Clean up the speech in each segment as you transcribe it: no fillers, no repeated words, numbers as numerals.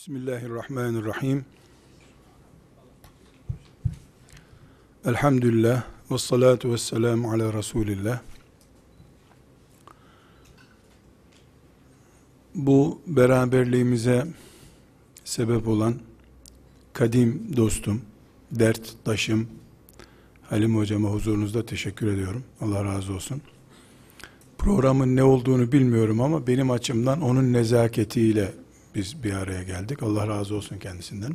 Bismillahirrahmanirrahim. Elhamdülillah ve salatu ve selamu ala Resulillah. Bu beraberliğimize sebep olan kadim dostum, derttaşım Halim hocama huzurunuzda teşekkür ediyorum. Allah razı olsun. Programın ne olduğunu bilmiyorum ama benim açımdan onun nezaketiyle biz bir araya geldik. Allah razı olsun kendisinden.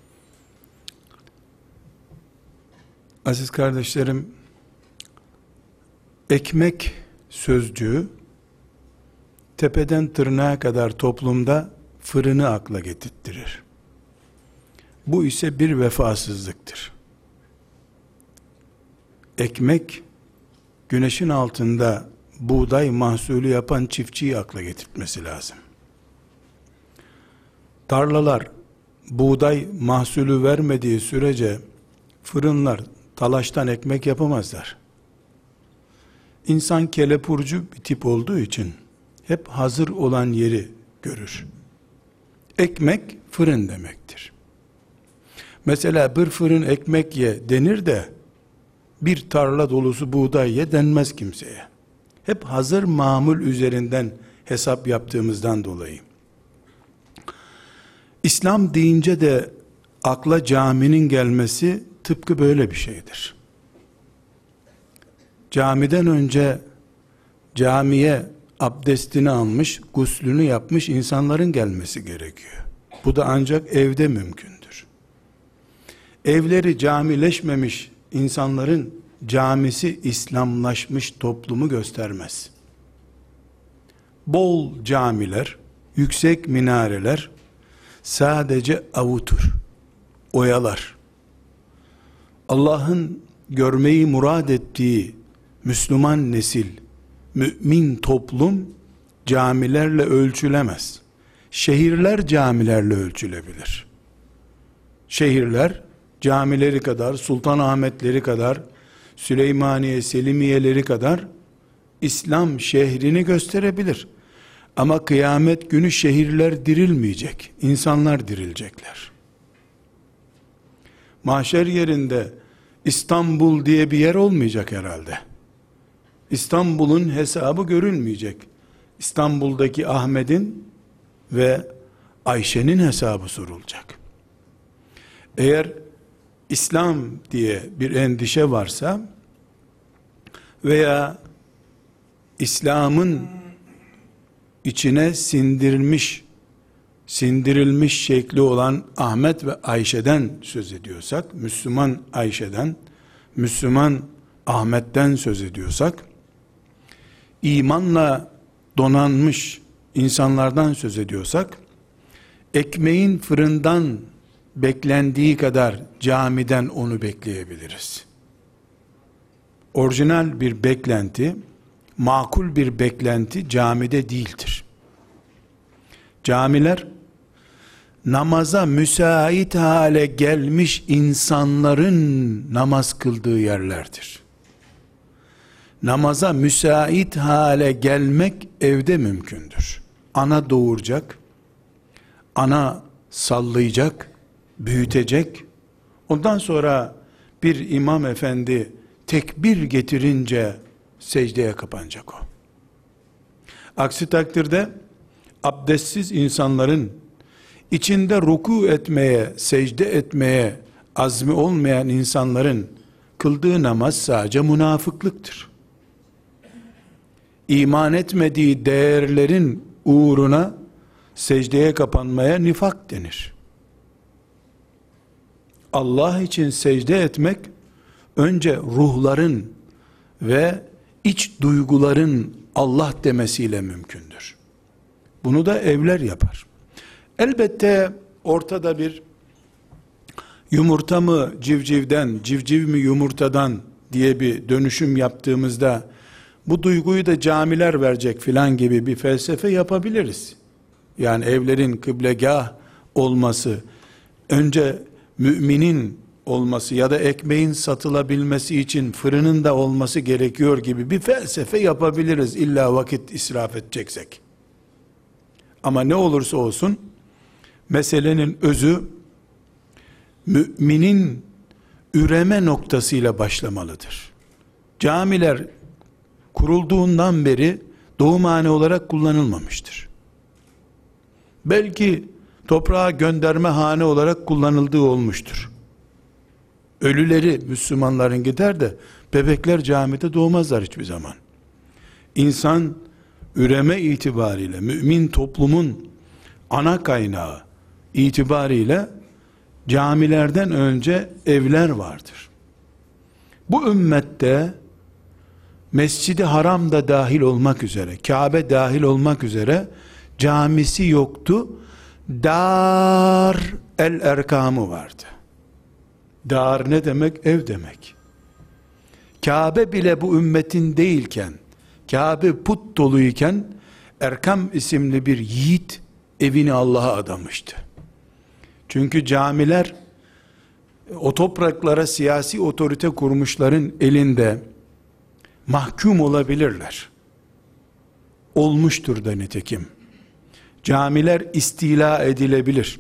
Aziz kardeşlerim, ekmek sözcüğü tepeden tırnağa kadar toplumda fırını akla getirttirir. Bu ise bir vefasızlıktır. Ekmek, güneşin altında buğday mahsulü yapan çiftçiyi akla getirtmesi lazım. Tarlalar buğday mahsulü vermediği sürece fırınlar talaştan ekmek yapamazlar. İnsan kelepurcu bir tip olduğu için hep hazır olan yeri görür. Ekmek fırın demektir. Mesela bir fırın ekmek ye denir de bir tarla dolusu buğday ye denmez kimseye. Hep hazır mamul üzerinden hesap yaptığımızdan dolayı. İslam deyince de akla caminin gelmesi tıpkı böyle bir şeydir. Camiden önce camiye abdestini almış, guslünü yapmış insanların gelmesi gerekiyor. Bu da ancak evde mümkündür. Evleri camileşmemiş insanların camisi İslamlaşmış toplumu göstermez. Bol camiler, yüksek minareler sadece avutur, oyalar. Allah'ın görmeyi murad ettiği Müslüman nesil, mümin toplum camilerle ölçülemez. Şehirler camilerle ölçülebilir. Şehirler camileri kadar, Sultanahmetleri kadar, Süleymaniye, Selimiyeleri kadar İslam şehrini gösterebilir. Ama kıyamet günü şehirler dirilmeyecek, insanlar dirilecekler. Mahşer yerinde İstanbul diye bir yer olmayacak herhalde. İstanbul'un hesabı görülmeyecek. İstanbul'daki Ahmet'in ve Ayşe'nin hesabı sorulacak. Eğer İslam diye bir endişe varsa veya İslam'ın içine sindirilmiş şekli olan Ahmet ve Ayşe'den söz ediyorsak, Müslüman Ayşe'den, Müslüman Ahmet'ten söz ediyorsak, imanla donanmış insanlardan söz ediyorsak, ekmeğin fırından beklendiği kadar camiden onu bekleyebiliriz. Orijinal bir beklenti, makul bir beklenti camide değildir. Camiler, namaza müsait hale gelmiş insanların namaz kıldığı yerlerdir. Namaza müsait hale gelmek evde mümkündür. Ana doğuracak, ana sallayacak, büyütecek, ondan sonra bir imam efendi tekbir getirince secdeye kapanacak o. Aksi takdirde abdestsiz insanların içinde ruku etmeye, secde etmeye azmi olmayan insanların kıldığı namaz sadece münafıklıktır. İman etmediği değerlerin uğruna secdeye kapanmaya nifak denir. Allah için secde etmek önce ruhların ve iç duyguların Allah demesiyle mümkündür. Bunu da evler yapar. Elbette ortada bir yumurta mı civcivden, civciv mi yumurtadan diye bir dönüşüm yaptığımızda bu duyguyu da camiler verecek filan gibi bir felsefe yapabiliriz. Yani evlerin kıblegah olması, önce müminin olması ya da ekmeğin satılabilmesi için fırının da olması gerekiyor gibi bir felsefe yapabiliriz illa vakit israf edeceksek. Ama ne olursa olsun meselenin özü, müminin üreme noktasıyla başlamalıdır. Camiler kurulduğundan beri doğumhane olarak kullanılmamıştır. Belki toprağa gönderme hane olarak kullanıldığı olmuştur. Ölüleri Müslümanların gider de bebekler camide doğmazlar hiçbir zaman. İnsan üreme itibariyle, mümin toplumun ana kaynağı itibariyle camilerden önce evler vardır. Bu ümmette Mescid-i Haram da dahil olmak üzere, Kabe dahil olmak üzere camisi yoktu. Dar el erkamı vardı. Dar ne demek? Ev demek. Kabe bile bu ümmetin değilken, Kabe put doluyken, Erkam isimli bir yiğit evini Allah'a adamıştı. Çünkü camiler o topraklara siyasi otorite kurmuşların elinde mahkum olabilirler. Olmuştur da nitekim. Camiler istila edilebilir.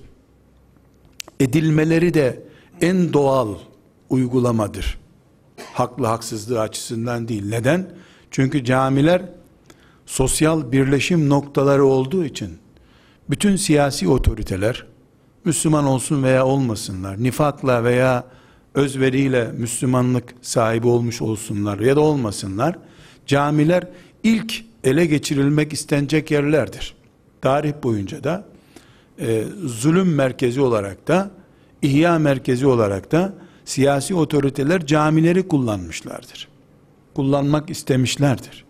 Edilmeleri de en doğal uygulamadır. Haklı haksızlığı açısından değil. Neden? Çünkü camiler sosyal birleşim noktaları olduğu için bütün siyasi otoriteler, Müslüman olsun veya olmasınlar, nifakla veya özveriyle Müslümanlık sahibi olmuş olsunlar ya da olmasınlar, camiler ilk ele geçirilmek istenecek yerlerdir. Tarih boyunca da zulüm merkezi olarak da, ihya merkezi olarak da siyasi otoriteler camileri kullanmışlardır. Kullanmak istemişlerdir.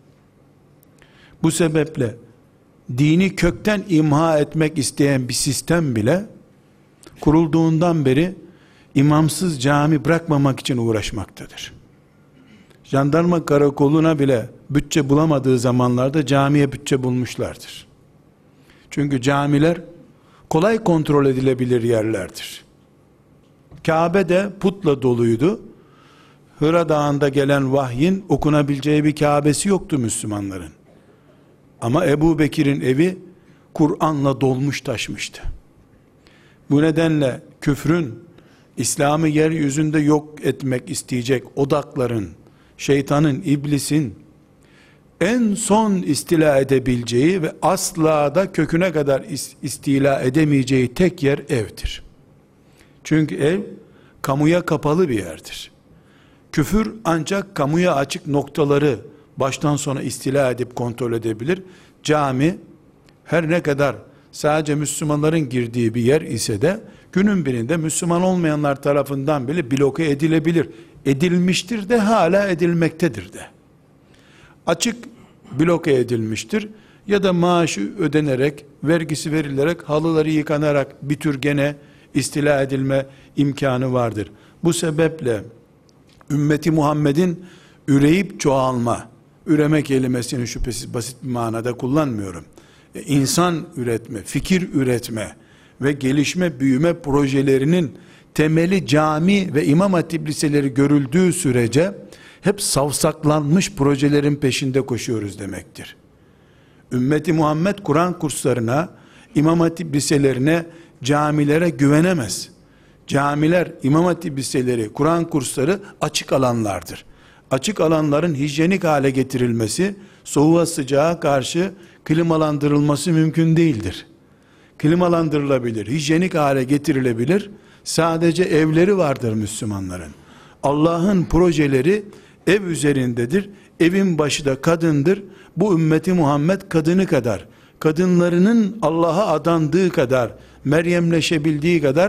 Bu sebeple dini kökten imha etmek isteyen bir sistem bile kurulduğundan beri imamsız cami bırakmamak için uğraşmaktadır. Jandarma karakoluna bile bütçe bulamadığı zamanlarda camiye bütçe bulmuşlardır. Çünkü camiler kolay kontrol edilebilir yerlerdir. Kabe de putla doluydu. Hıra Dağı'nda gelen vahyin okunabileceği bir Kabe'si yoktu Müslümanların. Ama Ebu Bekir'in evi Kur'an'la dolmuş taşmıştı. Bu nedenle küfrün, İslam'ı yeryüzünde yok etmek isteyecek odakların, şeytanın, iblisin en son istila edebileceği ve asla da köküne kadar istila edemeyeceği tek yer evdir. Çünkü ev kamuya kapalı bir yerdir. Küfür ancak kamuya açık noktaları baştan sona istila edip kontrol edebilir. Cami her ne kadar sadece Müslümanların girdiği bir yer ise de günün birinde Müslüman olmayanlar tarafından bile bloke edilebilir. Edilmiştir de hala edilmektedir de. Açık bloke edilmiştir ya da maaşı ödenerek, vergisi verilerek, halıları yıkanarak bir tür gene istila edilme imkanı vardır. Bu sebeple ümmeti Muhammed'in üreyip çoğalma, üreme kelimesini şüphesiz basit bir manada kullanmıyorum. İnsan üretme, fikir üretme ve gelişme, büyüme projelerinin temeli cami ve imam hatip liseleri görüldüğü sürece hep savsaklanmış projelerin peşinde koşuyoruz demektir. Ümmeti Muhammed Kur'an kurslarına, imam hatip liselerine, camilere güvenemez. Camiler, imam hatip liseleri, Kur'an kursları açık alanlardır. Açık alanların hijyenik hale getirilmesi, soğuğa sıcağa karşı klimalandırılması mümkün değildir. Klimalandırılabilir, hijyenik hale getirilebilir. Sadece evleri vardır Müslümanların. Allah'ın projeleri ev üzerindedir. Evin başı da kadındır. Bu ümmeti Muhammed kadını kadar, kadınlarının Allah'a adandığı kadar, Meryemleşebildiği kadar,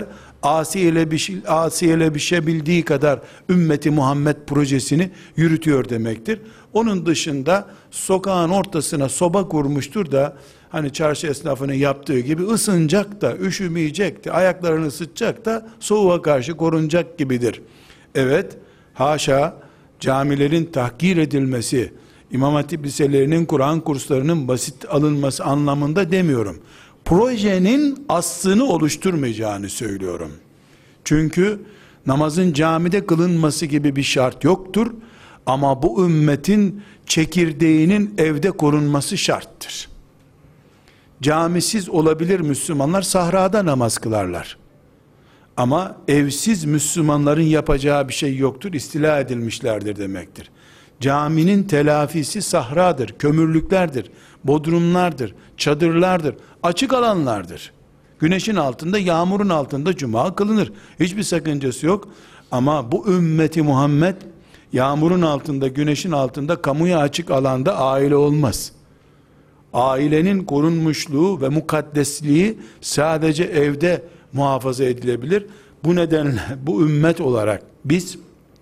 asiyeleşebildiği kadar ümmeti Muhammed projesini yürütüyor demektir. Onun dışında sokağın ortasına soba kurmuştur da, hani çarşı esnafının yaptığı gibi ısınacak da, üşümeyecek de, ayaklarını ısıtacak da, soğuğa karşı korunacak gibidir. Evet, haşa camilerin tahkir edilmesi, İmam Hatip liselerinin, Kur'an kurslarının basit alınması anlamında demiyorum. Projenin aslını oluşturmayacağını söylüyorum. Çünkü namazın camide kılınması gibi bir şart yoktur. Ama bu ümmetin çekirdeğinin evde korunması şarttır. Camisiz olabilir Müslümanlar, sahrada namaz kılarlar. Ama evsiz Müslümanların yapacağı bir şey yoktur, istila edilmişlerdir demektir. Caminin telafisi sahradır, kömürlüklerdir, bodrumlardır, çadırlardır, açık alanlardır. Güneşin altında, yağmurun altında cuma kılınır. Hiçbir sakıncası yok. Ama bu ümmeti Muhammed, yağmurun altında, güneşin altında, kamuya açık alanda aile olmaz. Ailenin korunmuşluğu ve mukaddesliği sadece evde muhafaza edilebilir. Bu nedenle bu ümmet olarak biz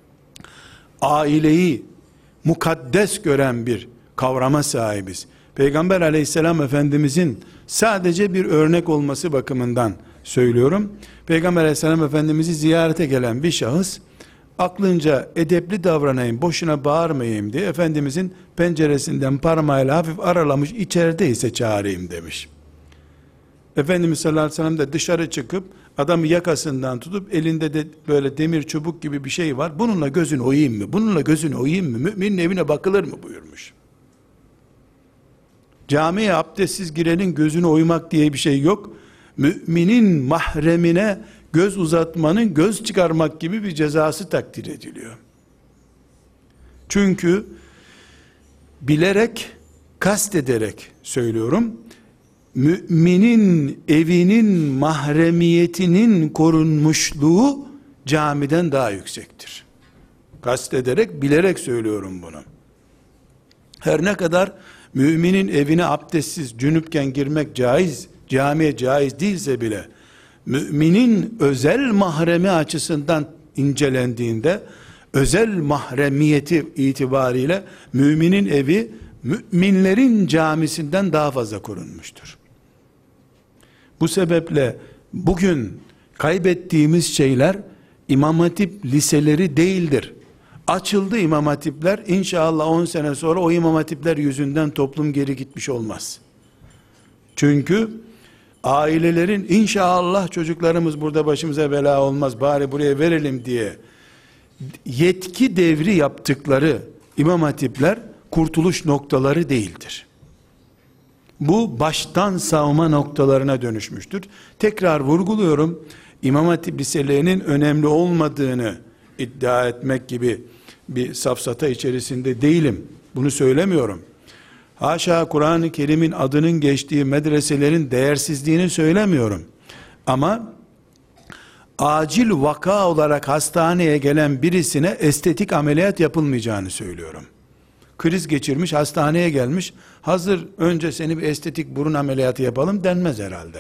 aileyi mukaddes gören bir kavrama sahibiz. Peygamber aleyhisselam Efendimizin sadece bir örnek olması bakımından söylüyorum. Peygamber aleyhisselam Efendimiz'i ziyarete gelen bir şahıs, aklınca edepli davranayım, boşuna bağırmayayım diye Efendimizin penceresinden parmağıyla hafif aralamış, içerideyse çağırayım demiş. Efendimiz sallallahu aleyhi ve sellem de dışarı çıkıp adamı yakasından tutup, elinde de böyle demir çubuk gibi bir şey var, bununla gözünü oyayım mı? Bununla gözünü oyayım mı? Müminin evine bakılır mı buyurmuş. Camiye abdestsiz girenin gözünü oymak diye bir şey yok. Müminin mahremine göz uzatmanın göz çıkarmak gibi bir cezası takdir ediliyor. Çünkü bilerek, kastederek söylüyorum, müminin evinin mahremiyetinin korunmuşluğu camiden daha yüksektir. Kastederek, bilerek söylüyorum bunu. Her ne kadar müminin evine abdestsiz, cünüpken girmek caiz, camiye caiz değilse bile, müminin özel mahremi açısından incelendiğinde, özel mahremiyeti itibariyle müminin evi, müminlerin camisinden daha fazla korunmuştur. Bu sebeple bugün kaybettiğimiz şeyler İmam Hatip liseleri değildir. Açıldı İmam Hatipler, İnşallah 10 sene sonra o İmam Hatipler yüzünden toplum geri gitmiş olmaz. Çünkü ailelerin inşallah çocuklarımız burada başımıza bela olmaz, bari buraya verelim diye yetki devri yaptıkları İmam Hatipler kurtuluş noktaları değildir. Bu baştan savma noktalarına dönüşmüştür. Tekrar vurguluyorum, İmam Hatip liselerinin önemli olmadığını iddia etmek gibi bir safsata içerisinde değilim. Bunu söylemiyorum. Haşa, Kur'an-ı Kerim'in adının geçtiği medreselerin değersizliğini söylemiyorum. Ama acil vaka olarak hastaneye gelen birisine estetik ameliyat yapılmayacağını söylüyorum. Kriz geçirmiş, hastaneye gelmiş, hazır önce seni bir estetik burun ameliyatı yapalım denmez herhalde.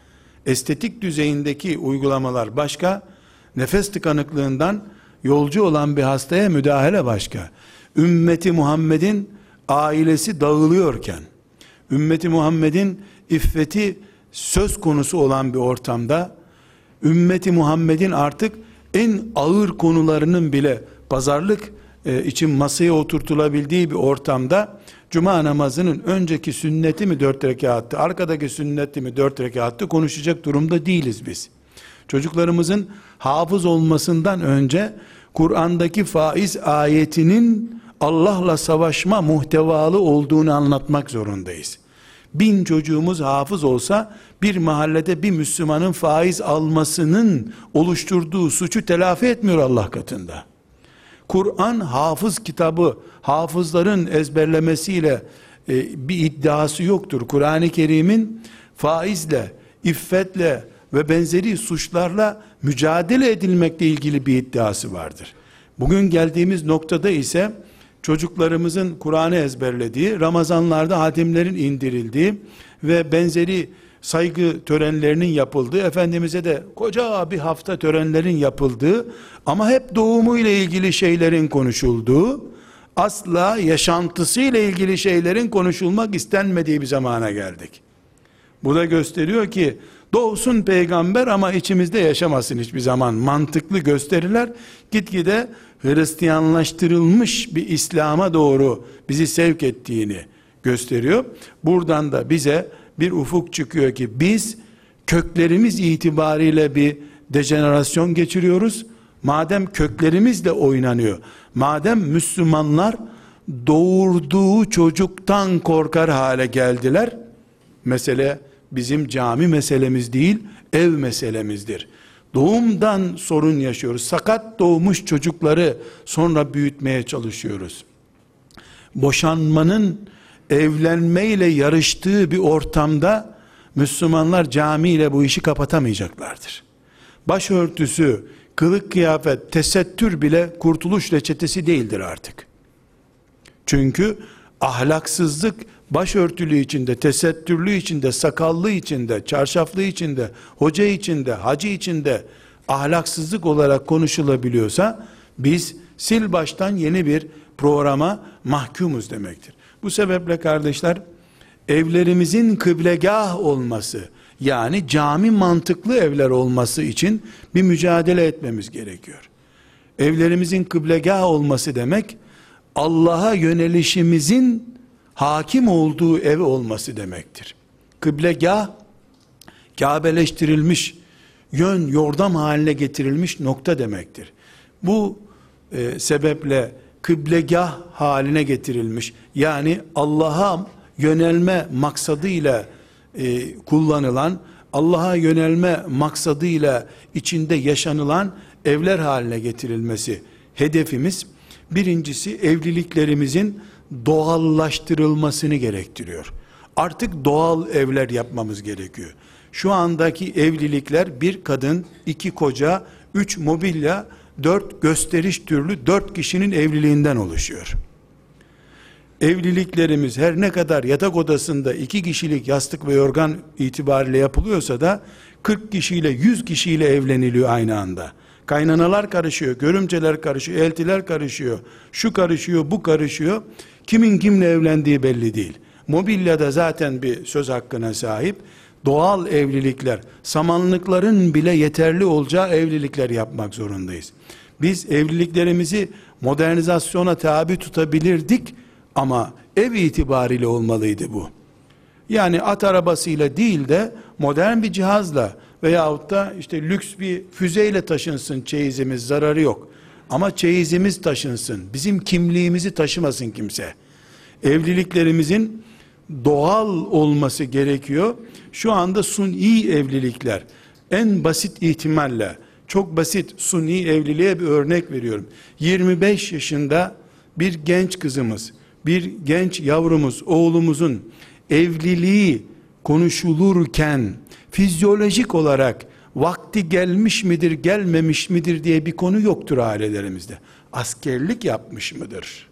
Estetik düzeyindeki uygulamalar başka, nefes tıkanıklığından yolcu olan bir hastaya müdahale başka. Ümmeti Muhammed'in ailesi dağılıyorken, ümmeti Muhammed'in iffeti söz konusu olan bir ortamda, ümmeti Muhammed'in artık en ağır konularının bile pazarlık için masaya oturtulabildiği bir ortamda, cuma namazının önceki sünneti mi 4 rekattı, arkadaki sünneti mi 4 rekattı konuşacak durumda değiliz biz. Çocuklarımızın hafız olmasından önce Kur'an'daki faiz ayetinin Allah'la savaşma muhtevalı olduğunu anlatmak zorundayız. 1000 çocuğumuz hafız olsa, bir mahallede bir Müslümanın faiz almasının oluşturduğu suçu telafi etmiyor Allah katında. Kur'an hafız kitabı, hafızların ezberlemesiyle bir iddiası yoktur. Kur'an-ı Kerim'in faizle, iffetle ve benzeri suçlarla mücadele edilmekle ilgili bir iddiası vardır. Bugün geldiğimiz noktada ise çocuklarımızın Kur'an'ı ezberlediği, Ramazanlarda hatimlerin indirildiği ve benzeri saygı törenlerinin yapıldığı, Efendimiz'e de koca bir hafta törenlerin yapıldığı ama hep doğumuyla ilgili şeylerin konuşulduğu, asla yaşantısıyla ilgili şeylerin konuşulmak istenmediği bir zamana geldik. Bu da gösteriyor ki doğsun peygamber ama içimizde yaşamasın hiçbir zaman mantıklı gösteriler gitgide Hristiyanlaştırılmış bir İslam'a doğru bizi sevk ettiğini gösteriyor. Buradan da bize bir ufuk çıkıyor ki biz köklerimiz itibariyle bir dejenerasyon geçiriyoruz. Madem köklerimizle oynanıyor, madem Müslümanlar doğurduğu çocuktan korkar hale geldiler, mesele bizim cami meselemiz değil, ev meselemizdir. Doğumdan sorun yaşıyoruz. Sakat doğmuş çocukları sonra büyütmeye çalışıyoruz. Boşanmanın evlenmeyle yarıştığı bir ortamda Müslümanlar camiyle bu işi kapatamayacaklardır. Başörtüsü, kılık kıyafet, tesettür bile kurtuluş reçetesi değildir artık. Çünkü ahlaksızlık başörtülü içinde, tesettürlü içinde, sakallı içinde, çarşaflı içinde, hoca içinde, hacı içinde ahlaksızlık olarak konuşulabiliyorsa biz sil baştan yeni bir programa mahkumuz demektir. Bu sebeple kardeşler, evlerimizin kıblegah olması, yani cami mantıklı evler olması için bir mücadele etmemiz gerekiyor. Evlerimizin kıblegah olması demek, Allah'a yönelişimizin hakim olduğu ev olması demektir. Kıblegah, Kâbeleştirilmiş, yön yordam haline getirilmiş nokta demektir. Bu sebeple kıblegah haline getirilmiş, yani Allah'a yönelme maksadıyla kullanılan, Allah'a yönelme maksadıyla içinde yaşanılan evler haline getirilmesi hedefimiz. Birincisi, evliliklerimizin doğallaştırılmasını gerektiriyor. Artık doğal evler yapmamız gerekiyor. Şu andaki evlilikler bir kadın, iki koca, 3 mobilya, 4 gösteriş türlü 4 kişinin evliliğinden oluşuyor. Evliliklerimiz her ne kadar yatak odasında 2 kişilik yastık ve yorgan itibariyle yapılıyorsa da 40 kişiyle 100 kişiyle evleniliyor aynı anda. Kaynanalar karışıyor, görümceler karışıyor, eltiler karışıyor, şu karışıyor, bu karışıyor. Kimin kimle evlendiği belli değil. Mobilyada zaten bir söz hakkına sahip. Doğal evlilikler, samanlıkların bile yeterli olacağı evlilikler yapmak zorundayız. Biz evliliklerimizi modernizasyona tabi tutabilirdik ama ev itibariyle olmalıydı bu. Yani at arabasıyla değil de modern bir cihazla veyahut da işte lüks bir füzeyle taşınsın çeyizimiz, zararı yok. Ama çeyizimiz taşınsın, bizim kimliğimizi taşımasın kimse. Evliliklerimizin doğal olması gerekiyor. Şu anda suni evlilikler, en basit ihtimalle, çok basit suni evliliğe bir örnek veriyorum. 25 yaşında bir genç kızımız, bir genç yavrumuz, oğlumuzun evliliği konuşulurken fizyolojik olarak vakti gelmiş midir, gelmemiş midir diye bir konu yoktur ailelerimizde. Askerlik yapmış mıdır?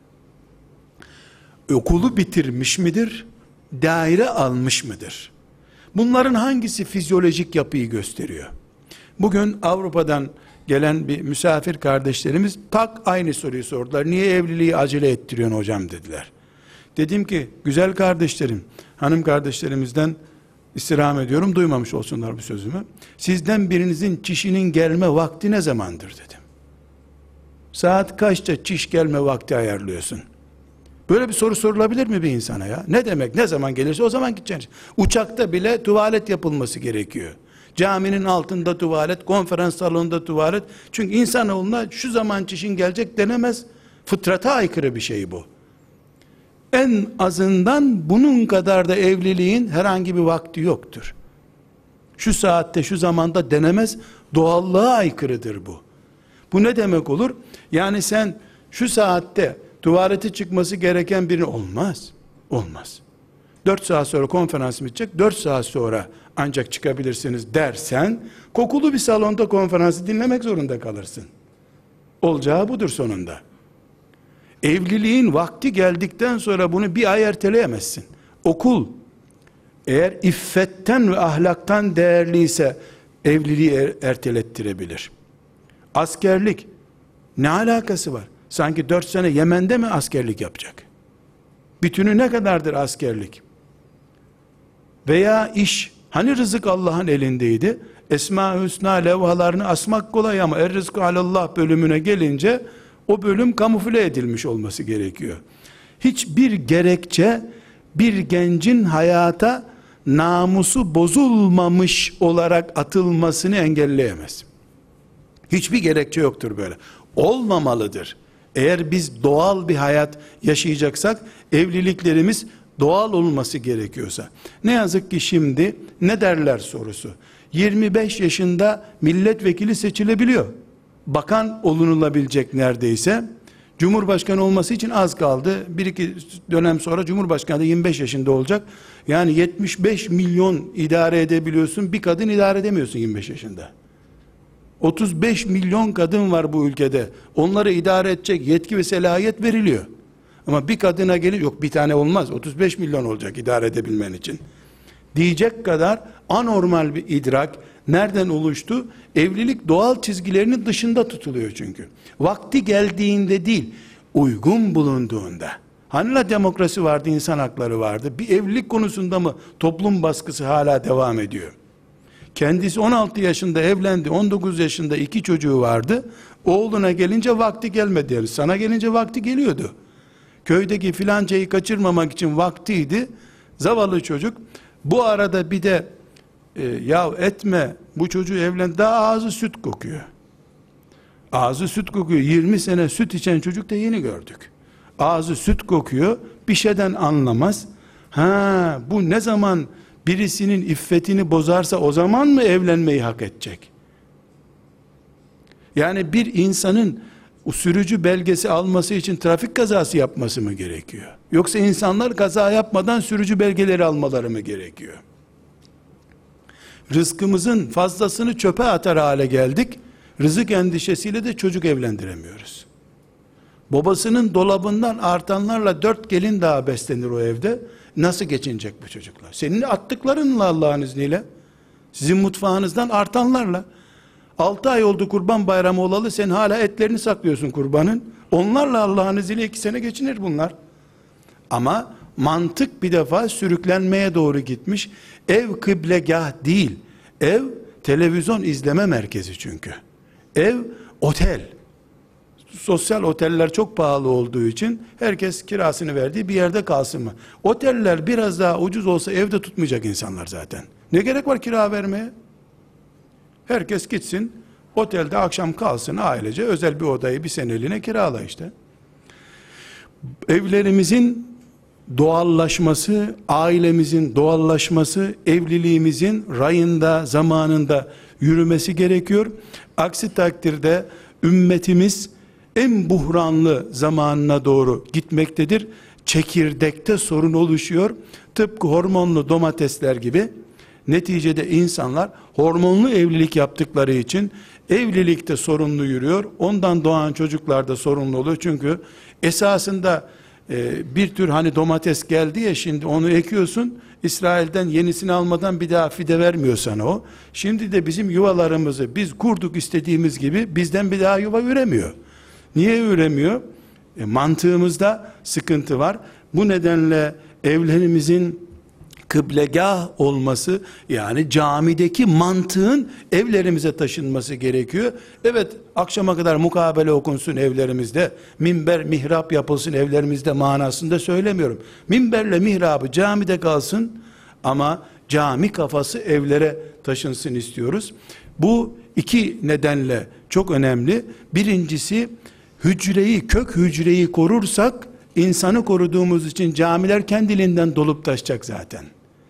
Okulu bitirmiş midir? Daire almış mıdır? Bunların hangisi fizyolojik yapıyı gösteriyor? Bugün Avrupa'dan gelen bir misafir kardeşlerimiz tak aynı soruyu sordular. Niye evliliği acele ettiriyorsun hocam dediler. Dedim ki güzel kardeşlerim, hanım kardeşlerimizden istirham ediyorum, duymamış olsunlar bu sözümü. Sizden birinizin çişinin gelme vakti ne zamandır dedim. Saat kaçta çiş gelme vakti ayarlıyorsun? Böyle bir soru sorulabilir mi bir insana ya? Ne demek? Ne zaman gelirse o zaman gideceksin. Uçakta bile tuvalet yapılması gerekiyor. Caminin altında tuvalet, konferans salonunda tuvalet. Çünkü insanoğluna şu zaman çişin gelecek denemez. Fıtrata aykırı bir şey bu. En azından bunun kadar da evliliğin herhangi bir vakti yoktur. Şu saatte, şu zamanda denemez. Doğallığa aykırıdır bu. Bu ne demek olur? Yani sen şu saatte tuvalete çıkması gereken biri olmaz. Olmaz. 4 saat sonra konferans bitecek, 4 saat sonra ancak çıkabilirsiniz dersen, kokulu bir salonda konferansı dinlemek zorunda kalırsın. Olacağı budur sonunda. Evliliğin vakti geldikten sonra bunu bir ay erteleyemezsin. Okul, eğer iffetten ve ahlaktan değerliyse, evliliği ertelettirebilir. Askerlik, ne alakası var? Sanki 4 sene Yemen'de mi askerlik yapacak? Bütünü ne kadardır askerlik? Veya iş, hani rızık Allah'ın elindeydi? Esma-ı Hüsna levhalarını asmak kolay ama er-rızkı alallah bölümüne gelince o bölüm kamufle edilmiş olması gerekiyor. Hiçbir gerekçe bir gencin hayata namusu bozulmamış olarak atılmasını engelleyemez. Hiçbir gerekçe yoktur böyle. Olmamalıdır. Eğer biz doğal bir hayat yaşayacaksak evliliklerimiz doğal olması gerekiyorsa. Ne yazık ki şimdi ne derler sorusu. 25 yaşında milletvekili seçilebiliyor. Bakan olunulabilecek neredeyse. Cumhurbaşkanı olması için az kaldı. Bir iki dönem sonra Cumhurbaşkanı da 25 yaşında olacak. Yani 75 milyon idare edebiliyorsun. Bir kadın idare edemiyorsun 25 yaşında. 35 milyon kadın var bu ülkede. Onları idare edecek yetki ve selahiyet veriliyor. Ama bir kadına gelip yok bir tane olmaz. 35 milyon olacak idare edebilmen için. Diyecek kadar anormal bir idrak nereden oluştu? Evlilik doğal çizgilerinin dışında tutuluyor çünkü. Vakti geldiğinde değil, uygun bulunduğunda. Hani la demokrasi vardı, insan hakları vardı. Bir evlilik konusunda mı toplum baskısı hala devam ediyor? Kendisi 16 yaşında evlendi, 19 yaşında 2 çocuğu vardı. Oğluna gelince vakti gelmedi. Yani sana gelince vakti geliyordu. Köydeki filancayı kaçırmamak için vaktiydi. Zavallı çocuk. Bu arada bir de ya etme, bu çocuğu evlendi, daha ağzı süt kokuyor. Ağzı süt kokuyor. 20 sene süt içen çocuk da yeni gördük. Ağzı süt kokuyor, bir şeyden anlamaz. Bu ne zaman birisinin iffetini bozarsa o zaman mı evlenmeyi hak edecek? Yani bir insanın sürücü belgesi alması için trafik kazası yapması mı gerekiyor? Yoksa insanlar kaza yapmadan sürücü belgeleri almaları mı gerekiyor? Rızkımızın fazlasını çöpe atar hale geldik. Rızık endişesiyle de çocuk evlendiremiyoruz. Babasının dolabından artanlarla 4 gelin daha beslenir o evde. Nasıl geçinecek bu çocuklar? Senin attıklarınla Allah'ın izniyle, sizin mutfağınızdan artanlarla. 6 ay oldu kurban bayramı olalı, sen hala etlerini saklıyorsun kurbanın. Onlarla Allah'ın izniyle 2 sene geçinir bunlar. Ama mantık bir defa sürüklenmeye doğru gitmiş. Ev kıblegah değil. Ev televizyon izleme merkezi çünkü. Ev otel. Sosyal oteller çok pahalı olduğu için herkes kirasını verdiği bir yerde kalsın mı? Oteller biraz daha ucuz olsa evde tutmayacak insanlar zaten. Ne gerek var kira vermeye? Herkes gitsin otelde akşam kalsın ailece, özel bir odayı bir seneliğine kirala işte. Evlerimizin doğallaşması, ailemizin doğallaşması, evliliğimizin rayında, zamanında yürümesi gerekiyor. Aksi takdirde ümmetimiz en buhranlı zamanına doğru gitmektedir. Çekirdekte sorun oluşuyor. Tıpkı hormonlu domatesler gibi. Neticede insanlar hormonlu evlilik yaptıkları için evlilikte sorunlu yürüyor. Ondan doğan çocuklar da sorunlu oluyor. Çünkü esasında bir tür hani domates geldi ya, şimdi onu ekiyorsun. İsrail'den yenisini almadan bir daha fide vermiyor sana o. Şimdi de bizim yuvalarımızı biz kurduk istediğimiz gibi, bizden bir daha yuva üremiyor. Niye üremiyor? Mantığımızda sıkıntı var. Bu nedenle evlerimizin kıblegah olması, yani camideki mantığın evlerimize taşınması gerekiyor. Evet, akşama kadar mukabele okunsun evlerimizde, minber mihrap yapılsın evlerimizde manasında söylemiyorum. Minberle mihrabı camide kalsın ama cami kafası evlere taşınsın istiyoruz. Bu iki nedenle çok önemli. Birincisi, kök hücreyi korursak, insanı koruduğumuz için camiler kendiliğinden dolup taşacak zaten.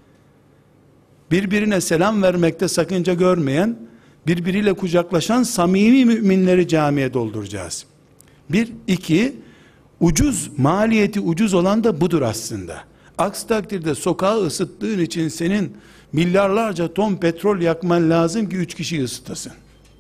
Birbirine selam vermekte sakınca görmeyen, birbiriyle kucaklaşan samimi müminleri camiye dolduracağız. İki, maliyeti ucuz olan da budur aslında. Aksi takdirde sokağı ısıttığın için senin milyarlarca ton petrol yakman lazım ki 3 kişiyi ısıtasın.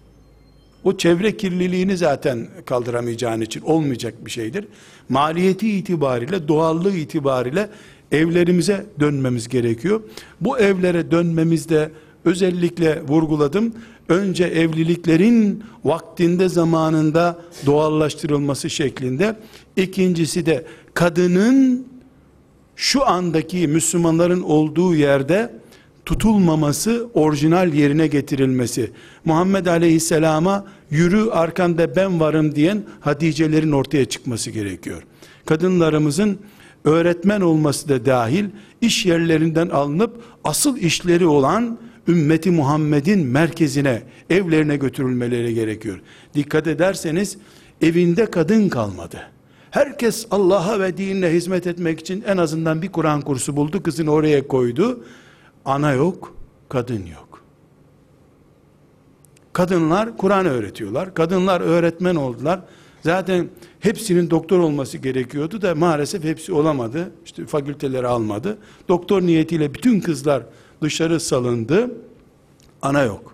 O çevre kirliliğini zaten kaldıramayacağın için olmayacak bir şeydir. Maliyeti itibariyle, doğallığı itibariyle evlerimize dönmemiz gerekiyor. Bu evlere dönmemizde özellikle vurguladım. Önce evliliklerin vaktinde, zamanında doğallaştırılması şeklinde. İkincisi de kadının şu andaki Müslümanların olduğu yerde tutulmaması, orijinal yerine getirilmesi. Muhammed Aleyhisselam'a yürü arkanda ben varım diyen Hatice'lerin ortaya çıkması gerekiyor. Kadınlarımızın öğretmen olması da dahil, iş yerlerinden alınıp asıl işleri olan ümmeti Muhammed'in merkezine, evlerine götürülmeleri gerekiyor. Dikkat ederseniz evinde kadın kalmadı. Herkes Allah'a ve dinine hizmet etmek için en azından bir Kur'an kursu buldu, kızını oraya koydu. Ana yok, kadın yok. Kadınlar Kur'an öğretiyorlar. Kadınlar öğretmen oldular. Zaten hepsinin doktor olması gerekiyordu da maalesef hepsi olamadı. İşte fakülteleri almadı. Doktor niyetiyle bütün kızlar dışarı salındı. Ana yok.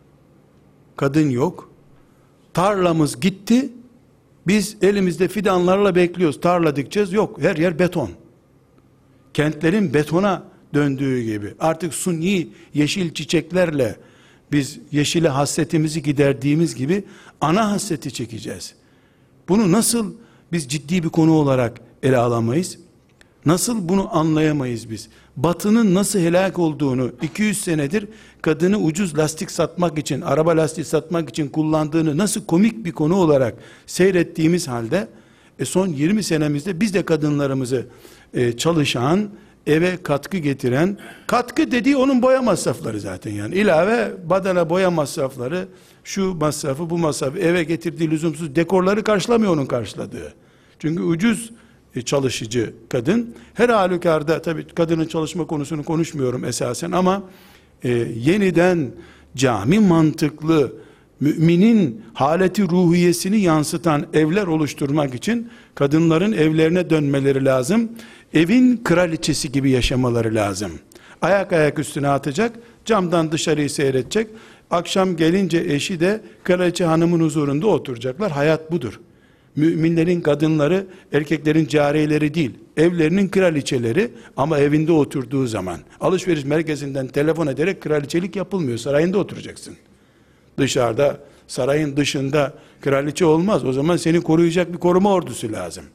Kadın yok. Tarlamız gitti. Biz elimizde fidanlarla bekliyoruz. Tarla dikeceğiz. Yok. Her yer beton. Kentlerin betona döndüğü gibi. Artık suni yeşil çiçeklerle biz yeşile hasretimizi giderdiğimiz gibi ana hasreti çekeceğiz. Bunu nasıl biz ciddi bir konu olarak ele alamayız? Nasıl bunu anlayamayız biz? Batının nasıl helak olduğunu, 200 senedir kadını ucuz lastik satmak için, araba lastiği satmak için kullandığını nasıl komik bir konu olarak seyrettiğimiz halde, son 20 senemizde biz de kadınlarımızı çalışan, eve katkı getiren, katkı dediği onun boya masrafları zaten, yani ilave badana boya masrafları, şu masrafı bu masrafı, eve getirdiği lüzumsuz dekorları karşılamıyor onun karşıladığı. Çünkü ucuz çalışıcı kadın. Her halükarda tabii kadının çalışma konusunu konuşmuyorum esasen, ama yeniden cami mantıklı, müminin haleti ruhiyesini yansıtan evler oluşturmak için kadınların evlerine dönmeleri lazım. Evin kraliçesi gibi yaşamaları lazım. Ayak üstüne atacak, camdan dışarıyı seyredecek. Akşam gelince eşi de kraliçe hanımın huzurunda oturacaklar. Hayat budur. Müminlerin kadınları erkeklerin cariyeleri değil, evlerinin kraliçeleri, ama evinde oturduğu zaman. Alışveriş merkezinden telefon ederek kraliçelik yapılmıyor. Sarayında oturacaksın. Dışarıda, sarayın dışında kraliçe olmaz. O zaman seni koruyacak bir koruma ordusu lazım.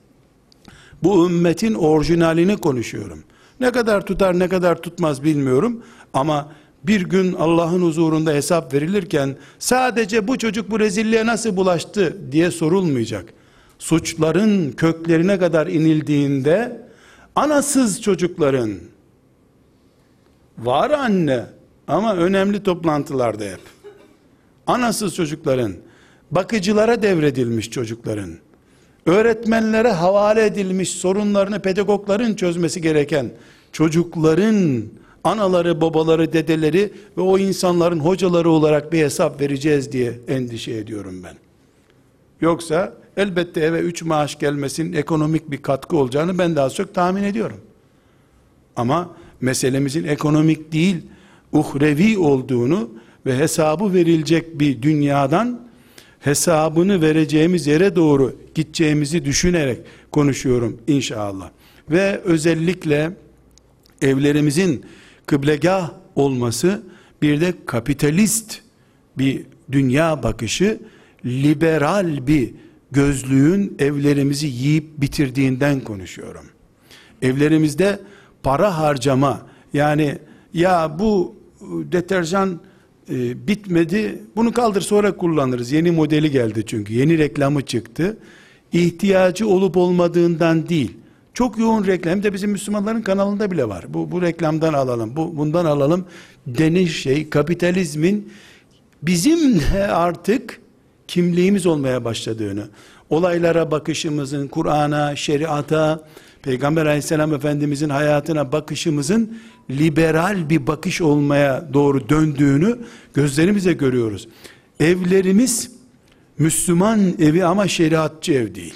Bu ümmetin orijinalini konuşuyorum. Ne kadar tutar ne kadar tutmaz bilmiyorum, ama bir gün Allah'ın huzurunda hesap verilirken sadece bu çocuk bu rezilliğe nasıl bulaştı diye sorulmayacak. Suçların köklerine kadar inildiğinde, anasız çocukların, var anne ama önemli toplantılarda hep, anasız çocukların, bakıcılara devredilmiş çocukların, öğretmenlere havale edilmiş, sorunlarını pedagogların çözmesi gereken çocukların anaları, babaları, dedeleri ve o insanların hocaları olarak bir hesap vereceğiz diye endişe ediyorum ben. Yoksa elbette eve 3 maaş gelmesinin ekonomik bir katkı olacağını ben daha çok tahmin ediyorum. Ama meselemizin ekonomik değil, uhrevi olduğunu ve hesabı verilecek bir dünyadan hesabını vereceğimiz yere doğru gideceğimizi düşünerek konuşuyorum inşallah. Ve özellikle evlerimizin kıblegah olması, bir de kapitalist bir dünya bakışı, liberal bir gözlüğün evlerimizi yiyip bitirdiğinden konuşuyorum. Evlerimizde para harcama, yani ya bu deterjan bitmedi, bunu kaldır sonra kullanırız, yeni modeli geldi çünkü yeni reklamı çıktı, ihtiyacı olup olmadığından değil, çok yoğun reklam, hem de bizim Müslümanların kanalında bile var, bu reklamdan alalım, bundan alalım deniş şey, kapitalizmin bizim de artık kimliğimiz olmaya başladığını, olaylara bakışımızın, Kur'an'a, şeriata, Peygamber aleyhisselam efendimizin hayatına bakışımızın liberal bir bakış olmaya doğru döndüğünü gözlerimize görüyoruz. Evlerimiz Müslüman evi ama şeriatçı ev değil.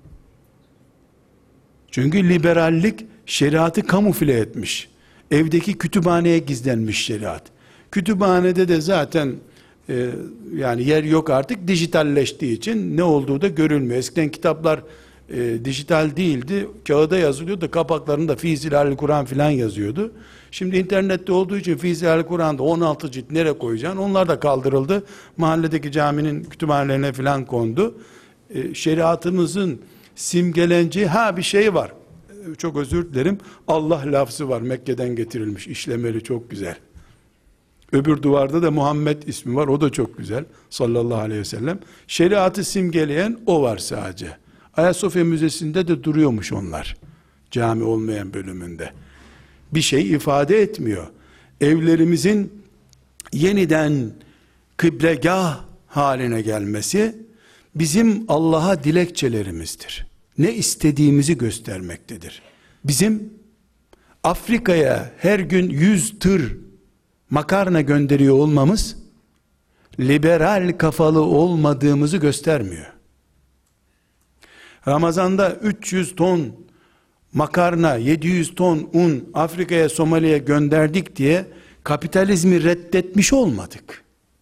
Çünkü liberallik şeriatı kamufle etmiş. Evdeki kütüphaneye gizlenmiş şeriat. Kütüphanede de zaten yani yer yok artık, dijitalleştiği için ne olduğu da görülmüyor. Eskiden kitaplar dijital değildi, kağıda yazılıyordu, kapaklarında Fî Zilâlil Kur'an filan yazıyordu. Şimdi internette olduğu için Fî Zilâlil Kur'an'da 16 cilt nereye koyacaksın, onlar da kaldırıldı, mahalledeki caminin kütüphanelerine filan kondu. Şeriatımızın simgeleneceği bir şey var, çok özür dilerim, Allah lafzı var, Mekke'den getirilmiş, işlemeli, çok güzel. Öbür duvarda da Muhammed ismi var, o da çok güzel, sallallahu aleyhi ve sellem. Şeriatı simgeleyen o var sadece. Ayasofya Müzesi'nde de duruyormuş onlar, cami olmayan bölümünde. Bir şey ifade etmiyor. Evlerimizin yeniden kıblegah haline gelmesi bizim Allah'a dilekçelerimizdir. ne istediğimizi göstermektedir. Bizim Afrika'ya her gün 100 tır makarna gönderiyor olmamız, liberal kafalı olmadığımızı göstermiyor. Ramazanda 300 ton makarna, 700 ton un Afrika'ya, Somali'ye gönderdik diye kapitalizmi reddetmiş olmadık.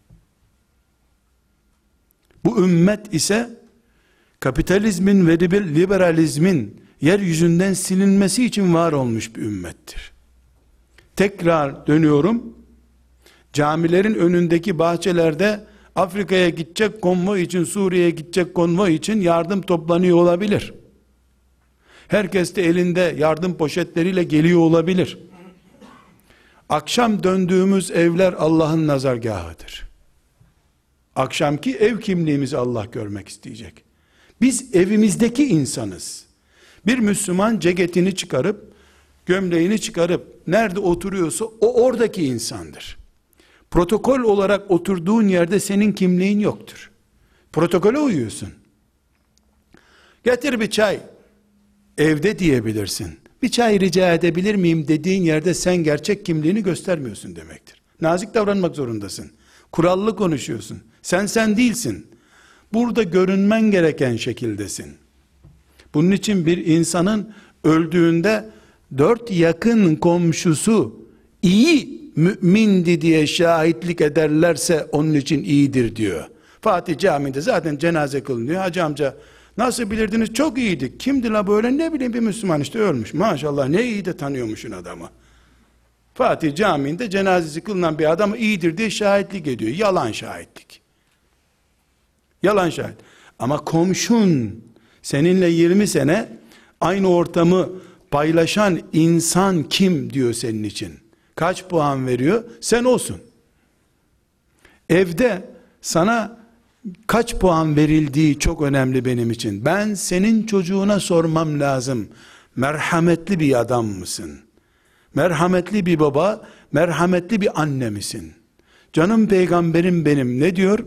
Bu ümmet ise kapitalizmin ve liberalizmin yeryüzünden silinmesi için var olmuş bir ümmettir. Tekrar dönüyorum. Camilerin önündeki bahçelerde Afrika'ya gidecek konvoy için, Suriye'ye gidecek konvoy için yardım toplanıyor olabilir. Herkes de elinde yardım poşetleriyle geliyor olabilir. Akşam döndüğümüz evler Allah'ın nazargahıdır. Akşamki ev kimliğimizi Allah görmek isteyecek. Biz evimizdeki insanız. Bir Müslüman ceketini çıkarıp, gömleğini çıkarıp, nerede oturuyorsa o oradaki insandır. Protokol olarak oturduğun yerde senin kimliğin yoktur. Protokole uyuyorsun. Getir bir çay. Evde diyebilirsin. Bir çay rica edebilir miyim dediğin yerde sen gerçek kimliğini göstermiyorsun demektir. Nazik davranmak zorundasın. Kurallı konuşuyorsun. Sen değilsin. Burada görünmen gereken şekildesin. Bunun için bir insanın öldüğünde 4 yakın komşusu iyi mümindi diye şahitlik ederlerse onun için iyidir diyor. Fatih Camii'nde zaten cenaze kılınıyor. Hacı amca nasıl bilirdiniz? Çok iyiydi. Kimdi la böyle? Ne bileyim, bir Müslüman işte ölmüş. Maşallah ne iyi de tanıyormuşsun adamı. Fatih Camii'nde cenazesi kılınan bir adam iyidir diye şahitlik ediyor. Yalan şahitlik. Yalan şahit. Ama komşun seninle 20 sene aynı ortamı paylaşan insan kim diyor senin için? Kaç puan veriyor? Sen olsun. Evde sana kaç puan verildiği çok önemli benim için. Ben senin çocuğuna sormam lazım. Merhametli bir adam mısın? Merhametli bir baba, merhametli bir anne misin? Canım peygamberim benim ne diyor?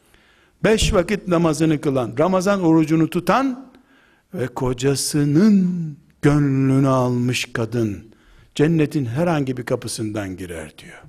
5 vakit namazını kılan, Ramazan orucunu tutan ve kocasının gönlünü almış kadın cennetin herhangi bir kapısından girer diyor.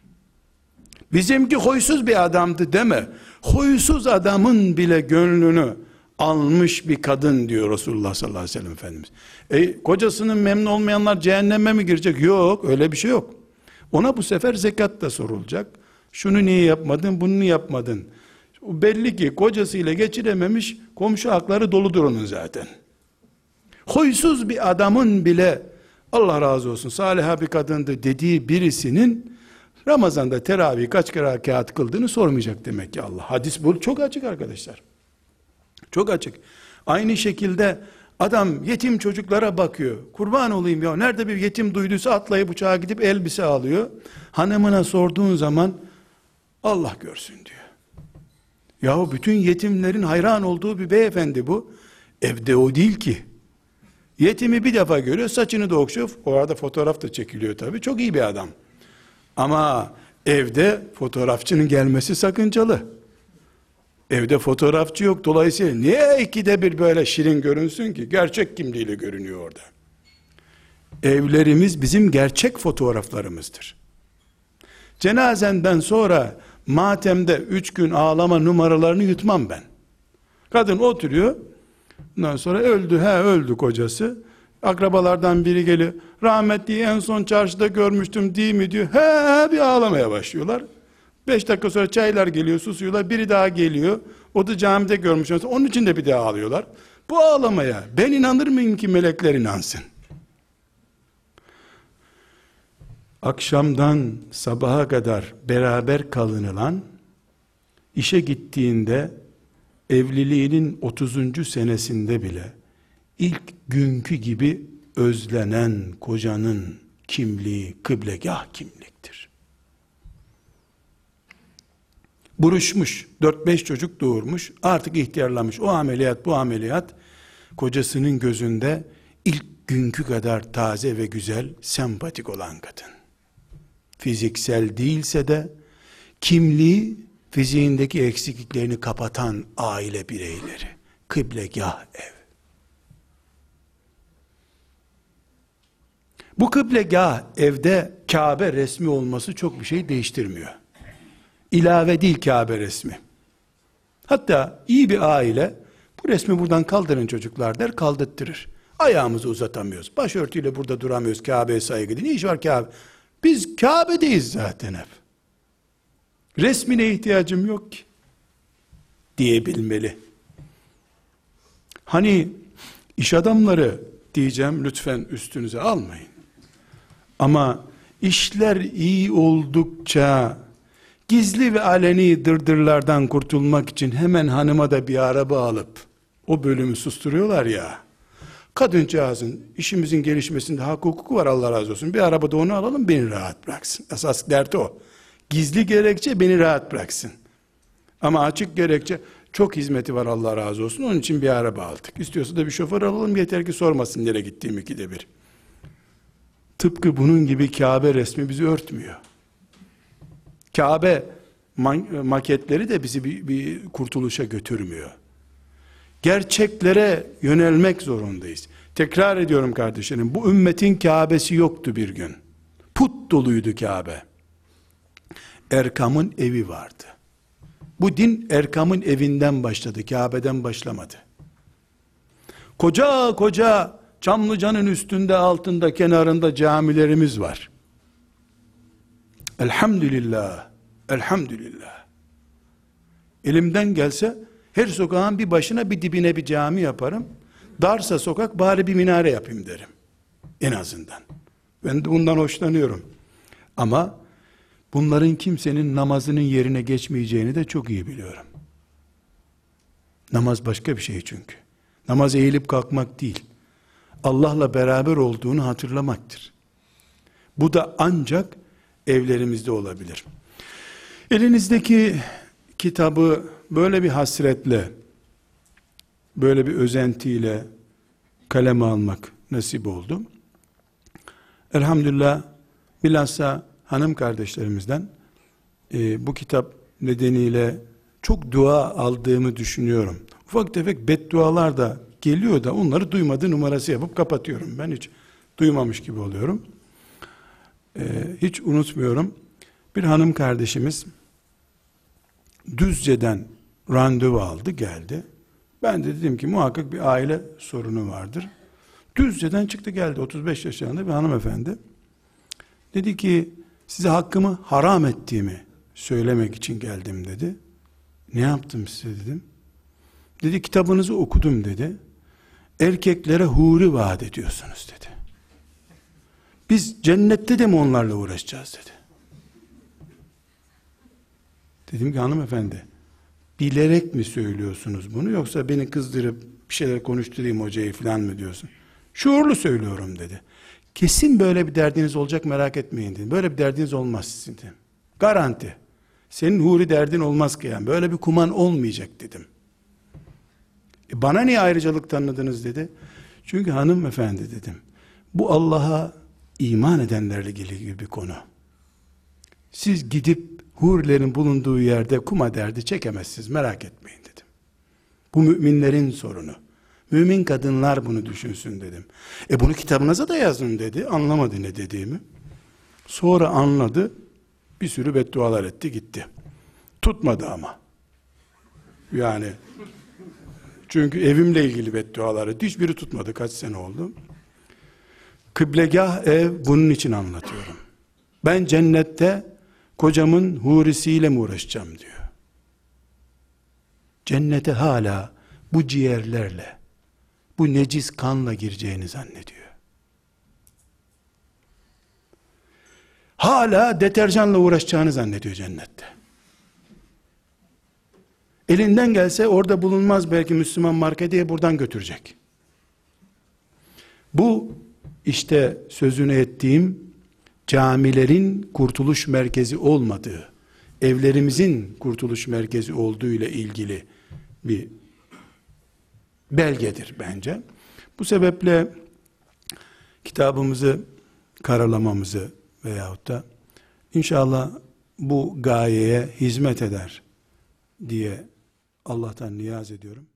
Bizimki huysuz bir adamdı deme. Huysuz adamın bile gönlünü almış bir kadın diyor Resulullah sallallahu aleyhi ve sellem Efendimiz. Kocasının memnun olmayanlar cehenneme mi girecek? Yok, öyle bir şey yok. Ona bu sefer zekat da sorulacak. Şunu niye yapmadın, bunu niye yapmadın? Belli ki kocasıyla geçirememiş, komşu hakları doludur onun zaten. Huysuz bir adamın bile Allah razı olsun saliha bir kadındı dediği birisinin Ramazan'da teravih kaç kere rekat kıldığını sormayacak demek ki Allah. Hadis bu çok açık arkadaşlar. Çok açık. Aynı şekilde adam yetim çocuklara bakıyor. Kurban olayım ya, nerede bir yetim duyduysa atlayıp uçağa gidip elbise alıyor. Hanımına sorduğun zaman Allah görsün diyor. Yahu bütün yetimlerin hayran olduğu bir beyefendi bu. Evde o değil ki. Yetimi bir defa görüyor, saçını da okşuyor. O arada fotoğraf da çekiliyor tabii. Çok iyi bir adam. Ama evde fotoğrafçının gelmesi sakıncalı. Evde fotoğrafçı yok. Dolayısıyla niye ikide bir böyle şirin görünsün ki? Gerçek kimliğiyle görünüyor orada. Evlerimiz bizim gerçek fotoğraflarımızdır. Cenazenden sonra matemde 3 gün ağlama numaralarını yutmam ben. Kadın oturuyor. Ondan sonra öldü kocası. Akrabalardan biri geliyor. Rahmetliyi en son çarşıda görmüştüm değil mi diyor. Bir ağlamaya başlıyorlar. 5 dakika sonra çaylar geliyor, susuyorlar. Biri daha geliyor. O da camide görmüş. Onun için de bir daha ağlıyorlar. Bu ağlamaya ben inanır mıyım ki melekler inansın? Akşamdan sabaha kadar beraber kalınılan, işe gittiğinde evliliğinin 30. senesinde bile ilk günkü gibi özlenen kocanın kimliği kıblegah kimliktir. Buruşmuş, 4-5 çocuk doğurmuş, artık ihtiyarlamış, o ameliyat bu ameliyat, kocasının gözünde ilk günkü kadar taze ve güzel, sempatik olan kadın. Fiziksel değilse de kimliği, fiziğindeki eksikliklerini kapatan aile bireyleri, kıblegah ev. Bu kıblegah evde Kabe resmi olması çok bir şey değiştirmiyor. İlave değil Kabe resmi. Hatta iyi bir aile bu resmi buradan kaldırın çocuklar der, kaldırtırır. Ayağımızı uzatamıyoruz. Başörtüyle burada duramıyoruz. Kabe'ye saygı değil. Ne iş var Kabe? Biz Kabe'deyiz zaten hep. Resmine ihtiyacım yok ki diyebilmeli. Hani iş adamları diyeceğim, lütfen üstünüze almayın. Ama işler iyi oldukça gizli ve aleni dırdırlardan kurtulmak için hemen hanıma da bir araba alıp o bölümü susturuyorlar ya. Kadıncağızın işimizin gelişmesinde hak hukuku var, Allah razı olsun. Bir arabada onu alalım, beni rahat bıraksın. Esas dert o. Gizli gerekçe beni rahat bıraksın. Ama açık gerekçe çok hizmeti var, Allah razı olsun. Onun için bir araba aldık. İstiyorsa da bir şoför alalım, yeter ki sormasın nereye gittiğimi ikide bir. Tıpkı bunun gibi Kabe resmi bizi örtmüyor. Kabe maketleri de bizi bir kurtuluşa götürmüyor. Gerçeklere yönelmek zorundayız. Tekrar ediyorum kardeşlerim, bu ümmetin Kabe'si yoktu bir gün. Put doluydu Kabe. Erkam'ın evi vardı. Bu din Erkam'ın evinden başladı, Kabe'den başlamadı. Koca koca Çamlıca'nın üstünde, altında, kenarında camilerimiz var. Elhamdülillah, elhamdülillah. Elimden gelse her sokağın bir başına bir dibine bir cami yaparım. Darsa sokak bari bir minare yapayım derim. En azından. Ben de bundan hoşlanıyorum. Ama bunların kimsenin namazının yerine geçmeyeceğini de çok iyi biliyorum. Namaz başka bir şey çünkü. Namaz eğilip kalkmak değil. Allah'la beraber olduğunu hatırlamaktır. Bu da ancak evlerimizde olabilir. Elinizdeki kitabı böyle bir hasretle, böyle bir özentiyle kaleme almak nasip oldu. Elhamdülillah, bilhassa hanım kardeşlerimizden bu kitap nedeniyle çok dua aldığımı düşünüyorum. Ufak tefek beddualar da geliyor da onları duymadı numarası yapıp kapatıyorum. Ben hiç duymamış gibi oluyorum. Hiç unutmuyorum. Bir hanım kardeşimiz Düzce'den randevu aldı, geldi. Ben de dedim ki muhakkak bir aile sorunu vardır. Düzce'den çıktı geldi, 35 yaşlarında bir hanımefendi. Dedi ki size hakkımı haram ettiğimi söylemek için geldim dedi. Ne yaptım size dedim. Dedi kitabınızı okudum dedi. Erkeklere huri vaat ediyorsunuz dedi. Biz cennette de mi onlarla uğraşacağız dedi. Dedim ki hanımefendi, bilerek mi söylüyorsunuz bunu, yoksa beni kızdırıp bir şeyler konuşturayım hocayı falan mı diyorsun? Şuurlu söylüyorum dedi. Kesin böyle bir derdiniz olacak, merak etmeyin dedim. Böyle bir derdiniz olmaz sizin dedim. Garanti. Senin huri derdin olmaz ki yani. Böyle bir kuman olmayacak dedim. Bana niye ayrıcalık tanıdınız dedi. Çünkü hanımefendi dedim, bu Allah'a iman edenlerle ilgili bir konu. Siz gidip hurilerin bulunduğu yerde kuma derdi çekemezsiniz, merak etmeyin dedim. Bu müminlerin sorunu. Mümin kadınlar bunu düşünsün dedim. Bunu kitabınıza da yazın dedi. Anlamadı ne dediğimi. Sonra anladı. Bir sürü beddualar etti gitti. Tutmadı ama. Yani çünkü evimle ilgili bedduaları hiçbiri tutmadı. Kaç sene oldu. Kıblegah ev bunun için anlatıyorum. Ben cennette kocamın hurisiyle mi uğraşacağım diyor. Cennete hala bu ciğerlerle, bu necis kanla gireceğini zannediyor. Hala deterjanla uğraşacağını zannediyor cennette. Elinden gelse orada bulunmaz belki Müslüman marka diye buradan götürecek. Bu işte sözünü ettiğim camilerin kurtuluş merkezi olmadığı, evlerimizin kurtuluş merkezi olduğu ile ilgili bir belgedir bence. Bu sebeple kitabımızı karalamamızı veyahut da inşallah bu gayeye hizmet eder diye Allah'tan niyaz ediyorum.